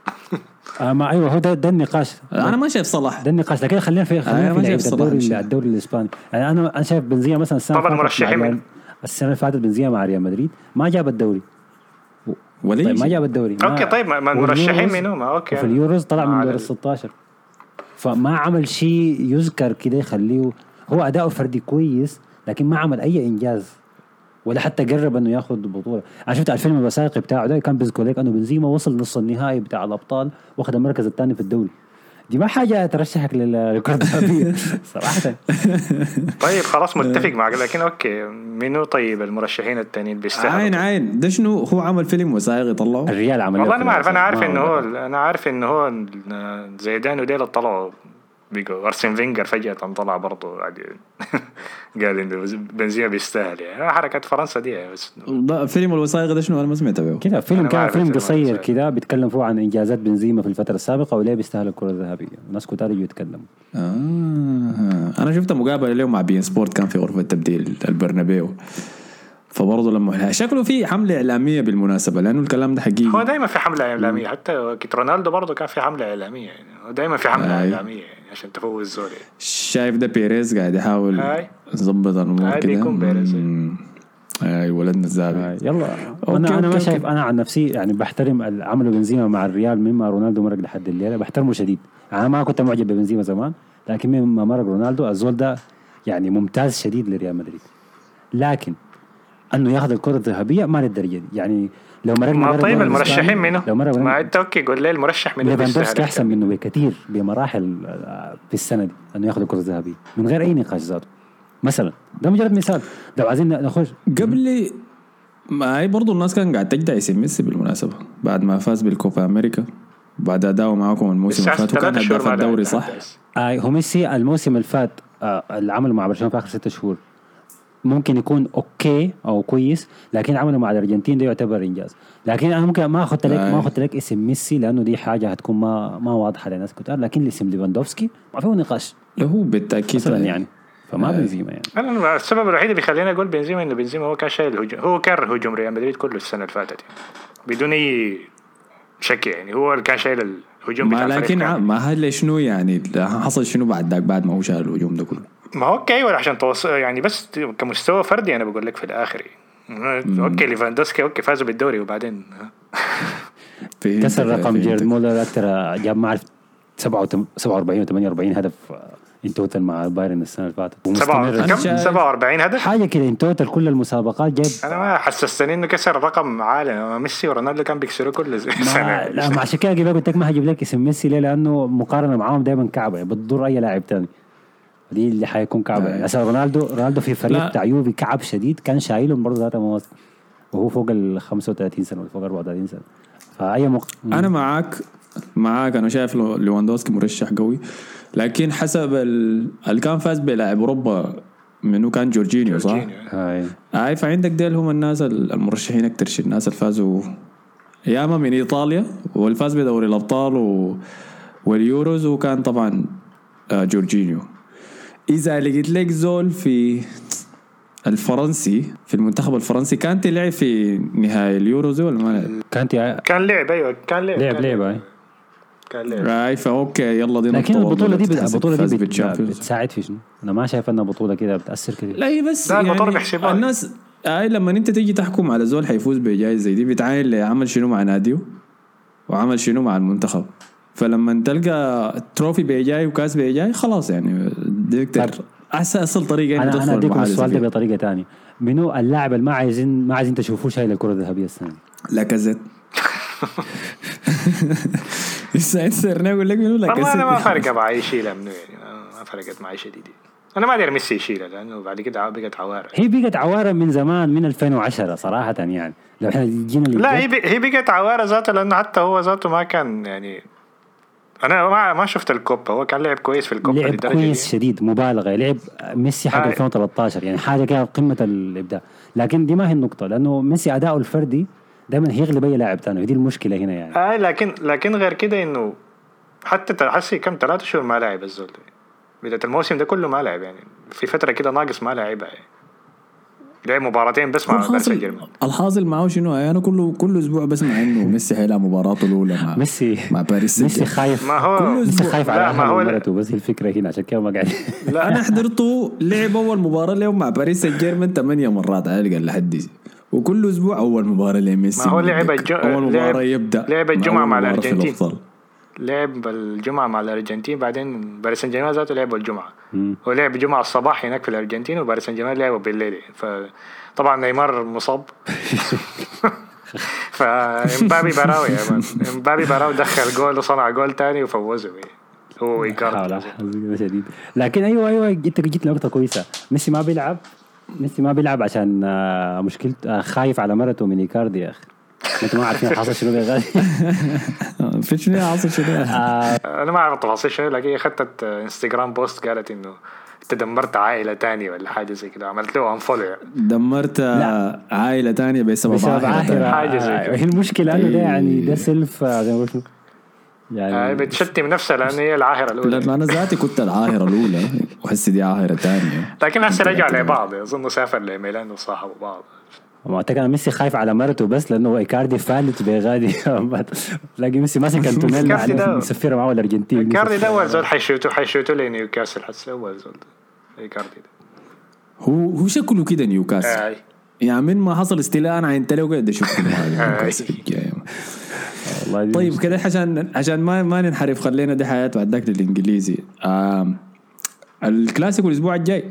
S3: ما ايوه هو ده النقاش.
S1: انا ما شايف صلاح
S3: ده النقاش، لكن خلينا في الدوري الاسباني. يعني انا شايف بنزيما مثلا السنه
S2: طبعا مرشحين
S3: السنه اللي فاتت بنزيما مع ريال مدريد ما جاب الدوري طيب ما جاب الدوري
S2: اوكي طيب ما المرشحين منهم اوكي
S3: في اليوروز طلع من دور ال16 فما عمل شيء يذكر كده يخليه. هو اداؤه فردي كويس لكن ما عمل اي انجاز ولا حتى قرب انه ياخذ بطوله. انا شفت الفيلم الوثائقي بتاعه ده كان بيذكر لك انه بنزيما وصل نص النهائي بتاع الابطال واخذ المركز الثاني في الدوري. دي ما حاجه ترشحك للكره الذهبيه صراحه.
S2: طيب خلاص متفق معك، لكن اوكي منو طيب المرشحين الثانيين بيستاهلوا؟
S1: عين ده شنو هو عمل فيلم وثائقي طلعه
S3: الريال عمل.
S2: والله انا ما اعرف. انا عارف انه هو زيدان وديل طلعوا بيجو. أرسن فينجر فجأة طلع برضو قال إنه بنزيما بيستاهل. يعني حركة فرنسا دي بس.
S1: فيلم الوثائقي ده شنو أنا ما سمعت به
S3: كده فيلم كان فيلم قصير كده بيتكلم فيه عن إنجازات بنزيما في الفترة السابقة وليه بيستاهل الكرة الذهبية. الناس كتار يجوا يتكلموا.
S1: أنا شفت مقابلة اليوم مع بين سبورت كان في غرفة تبديل البرنابيو، فبرضه لما شكله في حملة إعلامية بالمناسبة لأنه الكلام ده حقيقي.
S2: هو دايما في حملة إعلامية، حتى كيت رونالدو برضه كان في حملة إعلامية يعني. دايما في حملة إعلامية يعني عشان تفوز الزول.
S1: شايف ده بيريز قاعد يحاول يظبط الأمور كده.
S2: بيكون بيريز
S1: ولدنا الزابي.
S3: يلا أنا ما شايف. أنا عن نفسي يعني بحترم العمل بنزيما مع الريال مما رونالدو مرق لحد الليلة بحترمه شديد. أنا ما كنت معجب ببنزيما زمان لكن مما مرق رونالدو الزول ده يعني ممتاز شديد لريال مدريد. لكن انه ياخذ الكره الذهبيه ما للدرجه دي يعني. لو مرقنا
S2: طيب المرشحين منه
S3: ما
S2: انت اوكي قول لي المرشح منه.
S3: ليفاندوفسكي احسن منه بكثير بمراحل في السنه دي انه ياخذ الكره الذهبيه من غير اي نقاش ذاته مثلا. ده مجرد مثال. لو عايزين نخش
S1: قبل ما هي برضو الناس كان قاعد تجدع اسم ميسي بالمناسبه بعد ما فاز بالكوبا امريكا بعد اداؤه معاكم الموسم اللي فات وكان هداف الدوري صح.
S3: هو ميسي الموسم اللي فات اللي عمله مع برشلونه في اخر 6 شهور ممكن يكون اوكي او كويس، لكن عمله مع الارجنتين ده يعتبر انجاز. لكن انا ممكن ما اخذت لك اسم ميسي لانه دي حاجه هتكون ما واضحه للناس كتير، لكن اسم ليفاندوفسكي ما فيه نقاش
S1: له هو بالتاكيد
S3: يعني. فما بنزيما يعني.
S2: انا السبب الوحيد اللي بيخليني اقول بنزيما انه بنزيما هو كان شايل الهجوم، هو كره هجوم ريال مدريد كله السنه اللي فاتت يعني. بدون اي شك يعني هو اللي كان شايل الهجوم بتاع الفريق.
S1: لكن ما هل شنو يعني حصل شنو بعد ما هو شايل الهجوم ده كله؟
S2: ما هو اوكي ولا عشان توصل يعني بس كمستوى فردي انا بقول لك في الاخر اوكي ليفاندوفسكي اوكي فازوا بالدوري وبعدين
S3: كسر رقم جيرد مولر اكثر جاب ما اعرف 47 و 48 هدف ان توتال مع بايرن السنه اللي فاتت
S2: كم 47 هدف
S3: حاجه كده ان توتال كل المسابقات جاب.
S2: انا ما حسستني انه كسر رقم عالي. ميسي ورونالدو كان بيكسروا كل سنه.
S3: لا ما عشان كده قلت لك ما هجيب لك اسم ميسي ليه، لانه مقارنه معاهم دائما كعبه بتضر اي لاعب تاني، دي اللي حيكون كعبه. اصلا رونالدو في فريق بتاع يوفي كعب شديد، كان شايلهم برضه ذات مواسم وهو فوق ال 35 سنه ولا فوق 34 سنه. فاي
S1: انا معاك انا شايف ليواندوسكي مرشح قوي، لكن حسب اللي كان فاز بلاعب اوروبا منو كان جورجينيو صح؟ هاي فعندك ديل هم الناس المرشحين اكتر شيء، الناس اللي فازوا ياما من ايطاليا والفاز بدوري الابطال واليوروز، وكان طبعا جورجينيو. اذا لقيت لك زول في الفرنسي في المنتخب الفرنسي كانت لعب في نهائي اليوروز ولا ما لعب؟
S2: كان لعب ايوه كان لعب
S1: راي فاوكي يلا دي.
S3: لكن البطوله دي بتساعد في شنو؟ انا ما شايف انها بطوله كده بتاثر كده.
S1: لا بس يعني الناس لما انت تيجي تحكم على زول حيفوز بجائزه زي دي بتعاين لعمل شنو مع ناديه وعمل شنو مع المنتخب. فلما تلقى تروفي بيجاي وكاس بيجاي خلاص يعني ديكتر اصل طريقه انك تدخل
S3: المحادثه. انا السؤال ده بطريقه ثانيه، منو اللاعب اللي ما عايزين تشوفوه شايل الكره الذهبيه السنه؟
S1: لاكازيت. سيرنا اقول لك منو لاكازيت.
S2: انا ما فرق معي شيء منو يعني ما فرقت معي شديد. انا ما ادري ميسي يشيلها لانه بعد كده بقت عواره.
S3: هي بقت عواره من زمان من 2010 صراحه يعني. لو احنا جينا
S2: لا هي بقت عواره ذاته لانه حتى هو ذاته ما كان يعني. انا ما شفت الكوبا، هو كان لعب كويس في الكوبا
S3: لعب كويس شديد مبالغه. لعب ميسي حق 2013 يعني حاجه كده قمه الابداع. لكن دي ما هي النقطه، لانه ميسي اداؤه الفردي دائما هيغلب اي لاعب ثاني، ودي المشكله هنا يعني.
S2: لكن غير كده انه حتى تحسي كم 3 شهور ما لعب الزول ده. بداية الموسم ده كله ما لعب يعني، في فتره كده ناقص ما لعبها يعني. لعب مباراتين بس مع باريس سان جيرمان.
S1: الحاصل معه شنو؟ انا كل اسبوع بسمع انه ميسي حيلعب مباراته الاولى مع مع باريس سان
S3: جيرمان. ميسي خايف، ميسي خايف على مرته، بس الفكره هنا عشان كده ما قاعد.
S1: لا انا حضرته لعب اول مباراه له مع باريس سان جيرمان 8 مرات عالق لحد، وكل اسبوع اول مباراه لميسي.
S2: ما هو لعب
S1: اول مباراه يبدا
S2: لعب الجمعه مع الارجنتين، لعب الجمعة مع الأرجنتين، بعدين باريس سان جيرمان ذاته لعبوا الجمعة. ولعب الجمعة الصباح هناك في الأرجنتين، وباريس سان جيرمان لعبوا بالليل. فطبعا نيمار مصاب. فإمبابي براوي دخل جول وصنع جول تاني وفوزوا هو إيكاردي.
S3: لكن أيوة انت جيت نقطة كويسة. ميسي ما بيلعب عشان مشكلة خايف على مرته من إيكاردي يا أخي. انت ما عارفين حصل شنو يا غالي.
S1: في شنو حصل شنو؟
S2: انا ما اعرف تفاصيل شنو، لكن خدت انستغرام بوست قالت انه انت دمرت عائله تانية ولا حاجه زي كده، عملت له انفولو.
S1: دمرت عائله تانية بسبب عاهره
S2: حاجه زي كده.
S3: هي المشكله انه ده يعني ده سيلف
S2: يعني بتشتم نفسها لان هي العاهره الاولى.
S1: لأن انا ذاتي كنت العاهره الاولى وحسي دي عاهره تانية،
S2: لكن هسه رجعوا لبعض. اظن سافر لميلان وصاحبوا بعض.
S3: ما كان ميسي خايف على مرته بس لانه إيكاردي فالت بغادي. لكن ميسي ماسك انتونيلا مسفره معه الارجنتين.
S2: إيكاردي ده اول زول حيشوتوا لنيوكاسل حتى اول زول إيكاردي ده.
S1: هو شكله كده نيوكاسل يعني من ما حصل استيلاء انا عينت له قاعد اشوف نيوكاسل. طيب كده عشان ما ننحرف، خلينا دي حياته عداك للانجليزي. الكلاسيكو الاسبوع الجاي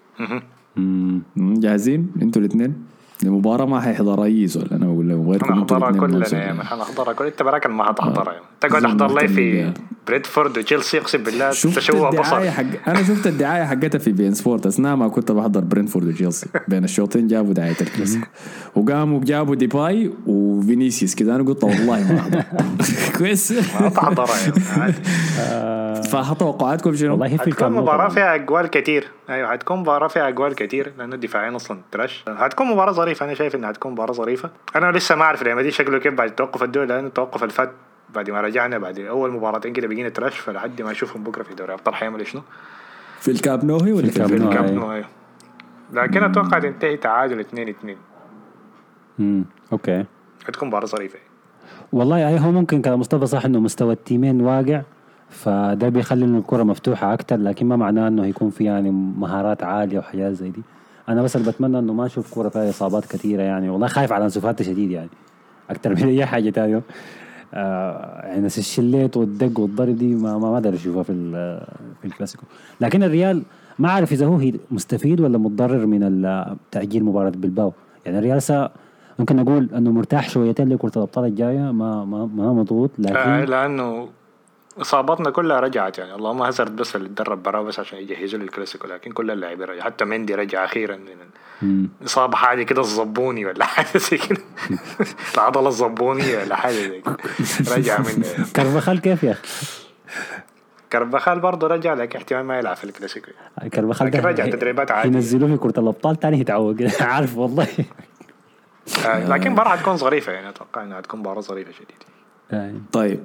S1: جاهزين انتوا الاثنين؟ المباراة ما حيحضر أي زول. أنا بقول لهم غيركم انتوا الاثنين
S2: كلنا يعني حنحضرها كل. أنت براك ما حتحضرها يعني. تقعد تحضر لي في بريدفورد وتشيلسي، أقسم بالله تشوه بصر.
S1: أنا شفت الدعاية حقتها في بين سبورت أثناء ما كنت بحضر برينفورد وتشيلسي. بين الشوطين جابوا دعاية الكلاسيكو وقاموا جابوا ديباي وفينيسيوس كذا. أنا قلت والله ما أحضر. كويس
S2: ما تحضرها يعني.
S1: فتوقعاتكم شنو؟
S2: والله هتكون مباراة فيها أجوال كتير. أيوة هتكون مباراة فيها أجوال كتير لأنه الدفاعين أصلا ترش. هتكون مباراة ظريفة. أنا شايف إنها هتكون مباراة ظريفة. أنا لسه ما أعرف الأيام دي شكله كيف بعد توقف الدوري، لأنه توقف الفات بعد ما رجعنا بعد أول مباراتين كده بقينا ترش. فلحد ما أشوفهم بكرة في دوري أبطال حيعمل شنو
S1: في الكاب نوهي ولا
S2: في الكاب نوهي. لكن أتوقع تنتهي تعادل 2-2.
S3: أوكي
S2: هتكون مباراة ظريفة
S3: والله. هو ممكن كان مصطفى صح إنه مستوى التيمين واقع، فده بيخلي إن الكرة مفتوحة أكتر، لكن ما معناه إنه يكون في يعني مهارات عالية وحاجات زي دي. أنا بس اللي بتمنى إنه ما أشوف كرة فيها إصابات كثيرة يعني. والله خايف على أنسو فاتي شديد يعني أكتر من أي حاجة تانية. يعني الشليت والدق والضرب دي ما اقدر اشوفها في الكلاسيكو. لكن الريال ما اعرف اذا هو مستفيد ولا متضرر من تاجيل مباراه بلباو. يعني الريال ممكن نقول انه مرتاح شويتين لكرة الابطال الجايه، ما مضغوط، لكن
S2: لانه اصاباتنا كلها رجعت. يعني اللهم هازارد بس اللي اتدرب برا بس عشان يجهزوا للكلاسيكو، لكن كل اللاعبين رجع. حتى مندي رجع اخيرا من اصابه حاجه كده الزبوني ولا حاجه زي كده العضله الزبونيه ولا حاجه زي كده رجع من
S3: كارفاخال كيف يا اخي؟
S2: كارفاخال برضه رجع، لكن احتمال ما يلعب في الكلاسيكو.
S3: كارفاخال
S2: لكن رجع تدريبات عادي
S3: ينزلوه في كرة الابطال تاني يتعوق عارف والله.
S2: لكن مباراة حتكون ظريفة، يعني اتوقع انها تكون مباراة ظريفة شديدة.
S1: طيب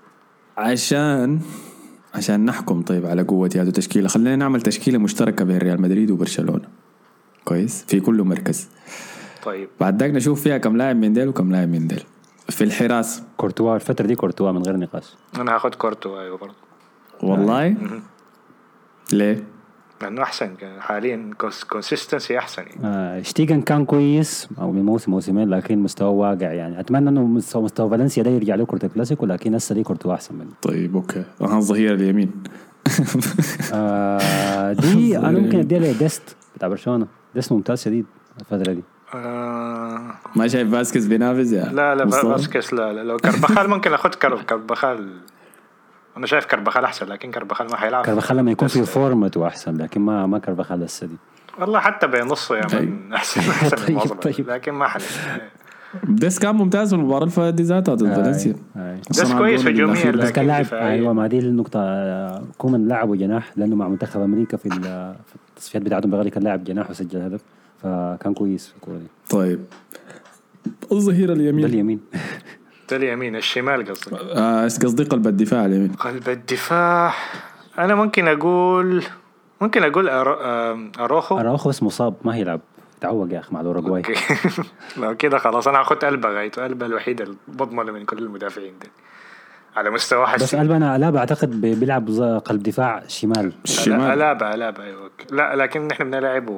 S1: عشان نحكم طيب على قوة هذه التشكيلة، خلينا نعمل تشكيلة مشتركة بين ريال مدريد وبرشلونة كويس في كل مركز.
S2: طيب
S1: بعد ذاك نشوف فيها كم لاعب من ديل وكم لاعب من ديل. في الحراس
S3: كورتوا الفترة دي كورتوا من غير نقاش.
S2: انا هاخد كورتوا ايوه برضه
S1: والله. ليه؟
S2: لانه احسن حاليا، كونسيستنسي احسن يعني.
S3: شتيغن كان كويس او من موسمين، لكن مستوى واقع. يعني اتمنى انه مستوى فالنسيا ده يرجع له كرة الكلاسيكو، لكن هسه دي كورتوا احسن منه.
S1: طيب اوكي، الظهير اليمين
S3: دي انا ممكن اديها ديست بتاع برشلونة. ديست ممتاز شديد الفترة دي.
S1: ما شايف فاسكيز بينافس يا
S2: لا فاسكيز لا لو كارباخال ممكن اخد كارباخال. انا شايف كارباخال احسن، لكن كارباخال ما حيلعب.
S3: كارباخال لما يكون في فورمته احسن، لكن ما كارباخال هسه دي
S2: والله حتى بنصه يا من احسن من معظم. لكن ما حل.
S1: ديس كان ممتاز في المباراة اللي فاتت ذاتها ضد فالنسيا.
S2: ديس كويس هجوميا،
S3: بس كان لاعب ايوه. ما دي النقطة، كومان لعبه جناح لانه مع منتخب امريكا في التصفيات بتاعتهم بغالي كان لاعب جناح وسجل هدف، فكان كويس في الكورة دي.
S1: طيب الظهير اليمين.
S2: ده اليمين. الشمال قصدك؟
S1: قصدي قلب الدفاع اليمين.
S2: قلب الدفاع انا ممكن اقول اروخو
S3: بس مصاب ما هيلعب، تعوق يا اخي مع الاوروغواي.
S2: لو كده خلاص انا هاخد ألبا. غايته ألبا الوحيد المضمن من كل المدافعين دي على مستوى حسي.
S3: بس ألبا اعتقد بيلعب قلب دفاع شمال.
S2: ألابا ايوه. لا لكن نحن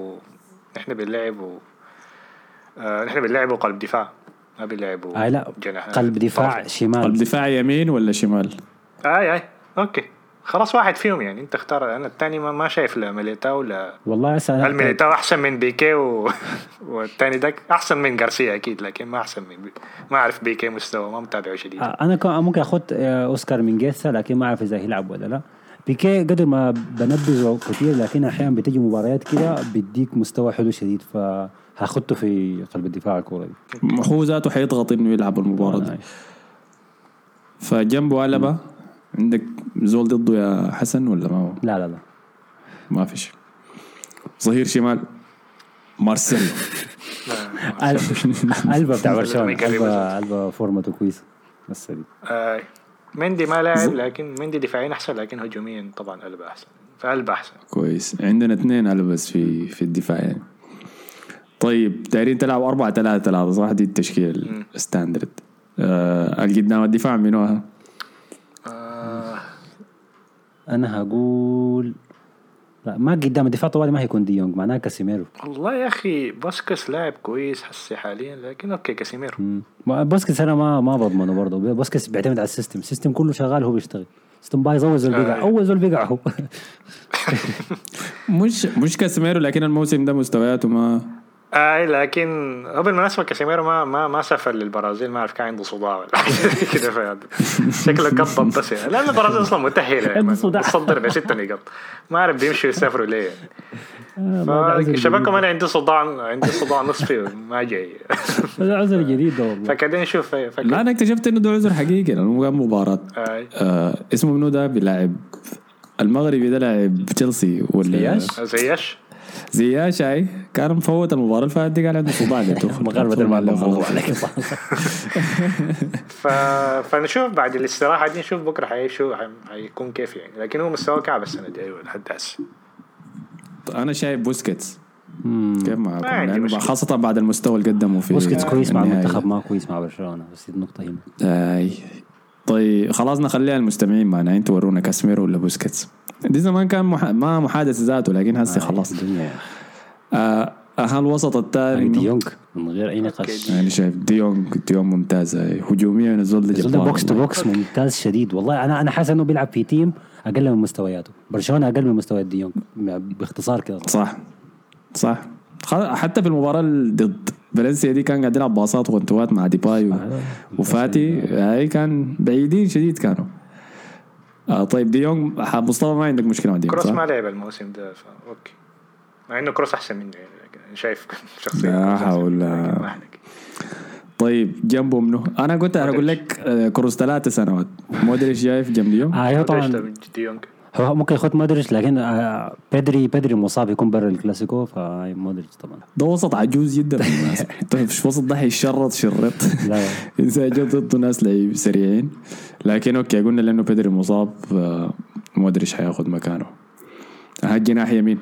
S2: بنلعبه قلب دفاع، ما بيلعبوا
S3: جناح. قلب دفاع شمال.
S1: قلب دفاع يمين ولا شمال؟
S2: اي اوكي خلاص واحد فيهم يعني. انت اختار. انا الثاني ما شايف لا ميليتاو ولا
S3: والله
S2: الميليتاو احسن من بيكي والثاني ده احسن من غارسيا اكيد، لكن ما احسن من ما اعرف بيكي مستوى، ما متابعه شديد.
S3: انا ممكن اخذ اوسكار مينغيسا، لكن ما اعرف اذا هيلعب ولا لا. بيكي قدر ما بنبذه كثير، لكن احيانا بتجي مباريات كده بيديك مستوى حلو شديد، فهاخدته في قلب الدفاع الكورة دي.
S1: هو ذاته حيضغط انه يلعب المباراة دي. فجنبه ألبا. عندك زول ضده يا حسن ولا ما هو؟
S3: لا
S1: ما فيش. ظهير شمال مارسيلو.
S3: ألبا بتاع برشلونة. ألبا فورمته كويس بس دي.
S2: مندي ما لاعب، لكن مندي دفاعيا احسن، لكن هجوميا طبعا ألبا احسن. فألبا احسن
S1: كويس. عندنا 2 ألبا بس في الدفاع يعني. طيب دايرين تلعب 4-3-3 صح؟ دي التشكيل الستاندرد. القدام الدفاع منوها؟
S3: انا هقول لا، ما قدام الدفاع طوالي ما هيكون ديونج، معناه كاسيميرو.
S2: والله يا اخي باسكس لاعب كويس حسي حاليا، لكن اوكي كاسيميرو.
S3: باسكس انا ما بضمنه برضه. باسكس بيعتمد على السيستم كله شغال، هو بيشتغل. سيستم بايظ اول زول بيقع هو.
S1: مش كاسيميرو، لكن الموسم ده مستوياته ما
S2: لكن هو بالمناسبة كاسيميرو ما سافر للبرازيل، ما أعرف كان عنده صداع ولا كده فعلا. شكله قبض بس يعني. لأن البرازيل أصلا متأهلة يعني بتصدر ب6 نقاط. ما أعرف بيمشوا يسافروا ليه يعني. شبكة أنا عندي صداع نصفي ما جاي.
S3: هذا عذر جديد والله.
S2: فكده نشوف.
S1: لا أنا اكتشفت إنه ده عذر حقيقي لأنه قام مباراة. اسمه منو ده بيلعب المغربي ده لاعب تشيلسي ولا زياش اي كان مفوت المباراة اللي فاتت دي، قال عنده صداع
S3: مغاربة الموضوع عليك.
S2: فنشوف بعد الاستراحة دي، نشوف بكرة حيكون كيف يعني. لكن هو مستوى كعب السنة دي لحد هسه.
S1: أنا شايف بوسكيتس كيف معكم يعني، خاصة بعد المستوى اللي قدمه في
S3: بوسكيتس كويس مع المنتخب، ما كويس مع برشلونة، بس النقطة هنا.
S1: طيب خلاص نخليها المستمعين معنا، انتوا ورونا كاسميرو ولا بوسكيتس. دي زمان كان ما محادث ذاته، لكن هسه خلاص. الوسط الثاني
S3: دي يونغ من غير اي نقاش.
S1: يعني شايف ديونج ممتازة هجوميا، الزول ده
S3: الزول ده بوكس تو بوكس ممتاز شديد والله. انا حاسس انه بيلعب في تيم اقل من مستوياته. برشلونة اقل من مستويات دي يونغ باختصار كده.
S1: صح حتى في المباراة ضد فالنسيا دي كان قاعد يلعب باصات وانتوات مع ديباي وفاتي، هاي كان بعيدين شديد كانوا. طيب ديونج مصطفى ما عندك مشكلة مع ديونج
S2: كروس ما لعب الموسم ده اوكي، مع انه كروس احسن منه يعني شايف شخصيا.
S1: لا حول. طيب جنبه منه انا قلت اقول لك كروس 3 سنوات مودريتش شايف جنب ديونج.
S3: ايوه طبعا هو ممكن ياخد مودريتش، لكن بدري مصاب يكون برا الكلاسيكو، فهاي مودريتش طبعا.
S1: ده وسط عجوز جدا بالمناسبة. مش وسط ده هيشرط لا إذا جاء ضده ناس لعيب سريعين، لكن اوكي قلنا لانه بدري مصاب مودريتش هياخد مكانه. جناح يمين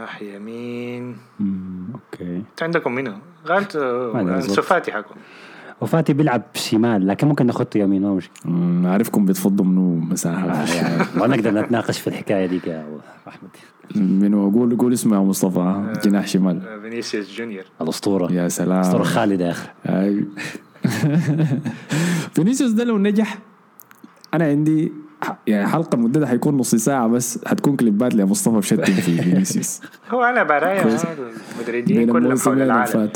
S3: اوكي
S2: عندكم منه غلط سفاتي حكم
S3: وفاتي بيلعب شمال، لكن ممكن ناخده يمين ما مشكلة.
S1: عارفكم بتفضوا منه مساحة
S3: ما نقدر نتناقش في الحكاية دي يا أحمد.
S1: منو قول اسمه يا مصطفى. جناح شمال
S2: فينيسيوس جونيور
S3: الأسطورة.
S1: يا سلام
S3: أسطورة خالد يا أخي.
S1: فينيسيوس ده لو نجح أنا عندي يعني حلقة مدتها حيكون نص ساعة بس، حتكون كليبات لمصطفى بشتم في فينيسيوس.
S2: هو أنا برايا المدريدين كلهم حول العالم.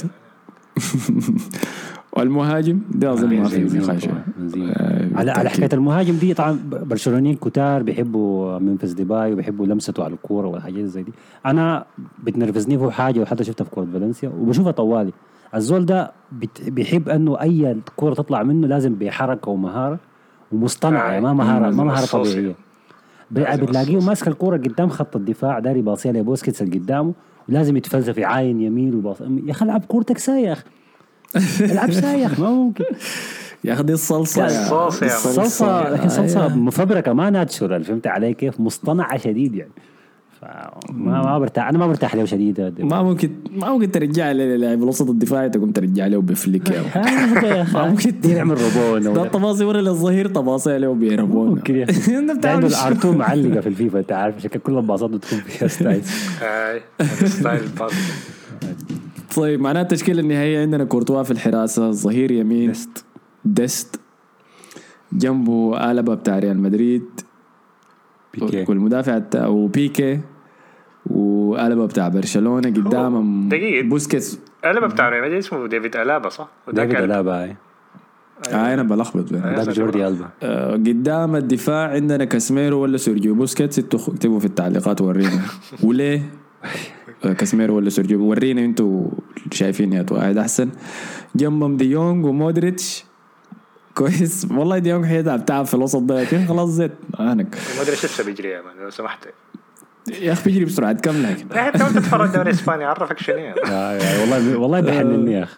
S1: والمهاجم ده أظن ما في نقاش.
S3: على حكاية المهاجم دي طبعا برشلونيين كتار بيحبوا منفس ديباي وبيحبوا لمسته على الكورة والحاجات زي دي. أنا بتنرفزني في حاجة وحتى شفتها في كورة فالنسيا وبشوفها طوالي. الزول ده بيحب أنه أي كورة تطلع منه لازم بحركة ومهارة ومصطنعة، ما مهارة طبيعية. بتلاقيه ماسك الكورة قدام خط الدفاع داري باصيها لبوسكيتس اللي قدامه ولازم يتفلسف يعاين يمين وباص. يا أخي العب كورتك سايخ، العب سايخ ما ممكن
S1: يا أخي دي الصلصة
S3: لكن صلصة مفبركة ما ناتشورال، فهمت علي كيف؟ مصطنعة شديد يعني. ما برتاح، أنا ما برتاح له شديد.
S1: ما ممكن ترجع له لاعب الوسط الدفاعي تقوم ترجع له بفليك يا
S3: ما ممكن يعمل ربون
S1: ده الطباصي ورا للظهير طباصي له بيربون
S3: كده. عنده الارتو معلقة في الفيفا انت عارف شكل كل الباصات تكون فيها ستايل.
S2: ستايل باص.
S1: طيب معناها التشكيلة النهائية عندنا كورتوا في الحراسة، ظهير يمين دست جنبه آلبا بتاع ريال مدريد والمدافع او بيكي وآلبا بتاع برشلونة قدام بوسكيتس.
S2: آلبا بتاع ريال مدريد اسمه ديفيد آلابا صح؟
S3: ديفيد آلابا
S1: انا بلخبط
S3: بين جوردي ألبا.
S1: قدام الدفاع عندنا كاسميرو ولا سيرجيو بوسكيتس. اكتبوا في التعليقات ورينا وليه كاسميرو ولا سيرجيو، ورينا انتوا شايفين يا واحد احسن. جنبهم ديونج ومودريتش كويس والله. ديونج حيتعب تعب في الوسط ده لكن خلاص زيت هنك.
S2: مودريتش لسه بيجري يا مان لو سمحت
S1: يا اخي بيجري بسرعه كم لكن
S2: انت وانت تتفرج الدوري الاسباني عرفك شنو
S3: والله بحنني يا اخي.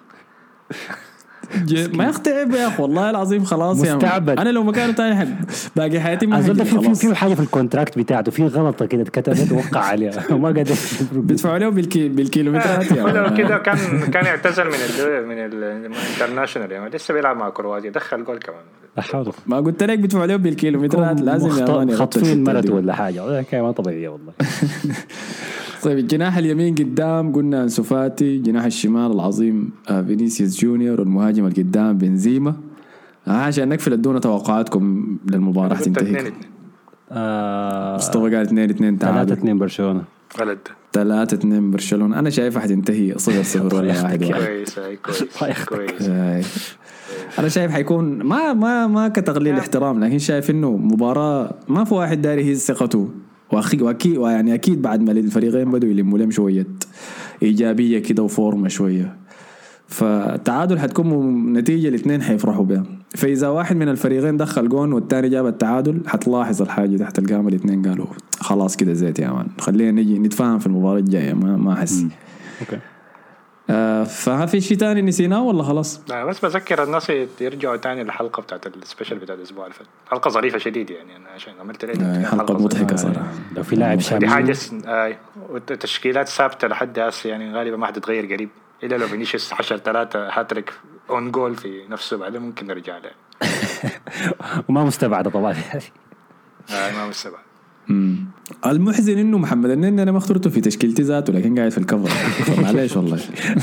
S1: ما يختعب يا اخي والله العظيم خلاص يا
S3: مستعبد.
S1: انا لو مكانه تاني حب باقي حياتي ما
S3: هجي خلاص. في حاجه في الكونتراكت بتاعته في غلطه كده اتكتبت وقع عليها وما قادر
S1: بيدفعوا له بالكيلومترات
S2: يعني. لو كده كان اعتزل من الانترناشونال يعني لسه بيلعب مع كرواتيا دخل جول كمان.
S1: ما قلت لك بيدفعوا له بالكيلومترات لازم يا مان
S3: خطفين مرت ولا حاجه كان ما طبيعيه والله.
S1: طيب الجناح اليمين قدام قلنا أنسو فاتي، جناح الشمال العظيم فينيسيوس جونيور، والمهاجم القدام بنزيما. عشان نقفل ادونا توقعاتكم للمباراة تنتهي. مصطفى قال 2-2 تعادل.
S3: 3-2 برشلونة.
S1: 3-2 برشلونة. أنا شايفها حتنتهي 0-0 ولا 1-1.
S2: كويس.
S1: أنا شايف حيكون ما كتقليل احترام، لكن شايف إنه مباراة ما في واحد داري هي ثقته واكيد يعني اكيد بعد ما الفريقين بدوا يلموا لهم شويه ايجابيه كده وفورمه شويه، فالتعادل حتكون نتيجه الاثنين حيفرحوا بها. فاذا واحد من الفريقين دخل جون والثاني جاب التعادل حتلاحظ الحاجه تحت القامه الاثنين قالوا خلاص كده زيت يا مان خلينا نجي نتفاهم في المباراه الجايه ما احس.
S3: اوكي
S1: فها في شيء تاني نسيناه ولا خلاص؟
S2: لا بس بذكر الناس يرجعوا تاني للحلقة بتاعت السبيشال بتاعت الأسبوع اللي فات. حلقة ظريفة شديد يعني أنا عشان عملت لها
S1: حلقة مضحكة صراحة.
S3: لو في لاعب شامل
S2: دي حاجة وتشكيلات ثابتة لحد هسه يعني غالبا ما حتتغير قريب إلا لو فينيسيوس 10-3 هاتريك اون جول في نفسه بعدين ممكن نرجع له.
S3: وما مستبعدة طبعا.
S2: ما مستبعد.
S1: المحزن انه محمد النني انا ما اخترته في تشكيلتي ذاته لكن قاعد في الكفر. معليش والله.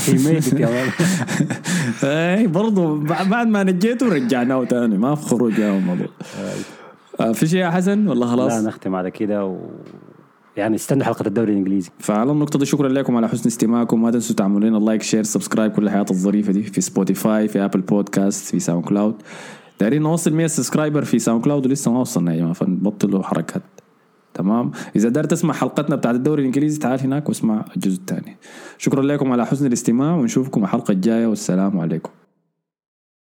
S1: اي برضه بعد ما نجيته رجعناه تاني ما في خروج يا الموضوع. في شيء يا حسن والله خلاص.
S3: لا نختم على كده يعني استنى حلقة الدوري الإنجليزي.
S1: فعلى النقطة دي شكرا لكم على حسن استماعكم. ما تنسوا تعملوا لنا لايك شير سبسكرايب كل الحياة الظريفة دي في سبوتيفاي في أبل بودكاست في ساوند كلاود. دايرين نوصل 100 سبسكرايبر في ساوند كلاود ولسه ما وصلنا يا جماعة فنبطلوا حركات. تمام. إذا دار تسمع حلقتنا بتاعت الدوري الإنجليزي تعال هناك واسمع الجزء الثاني. شكرا لكم على حسن الاستماع ونشوفكم الحلقة الجاية والسلام عليكم.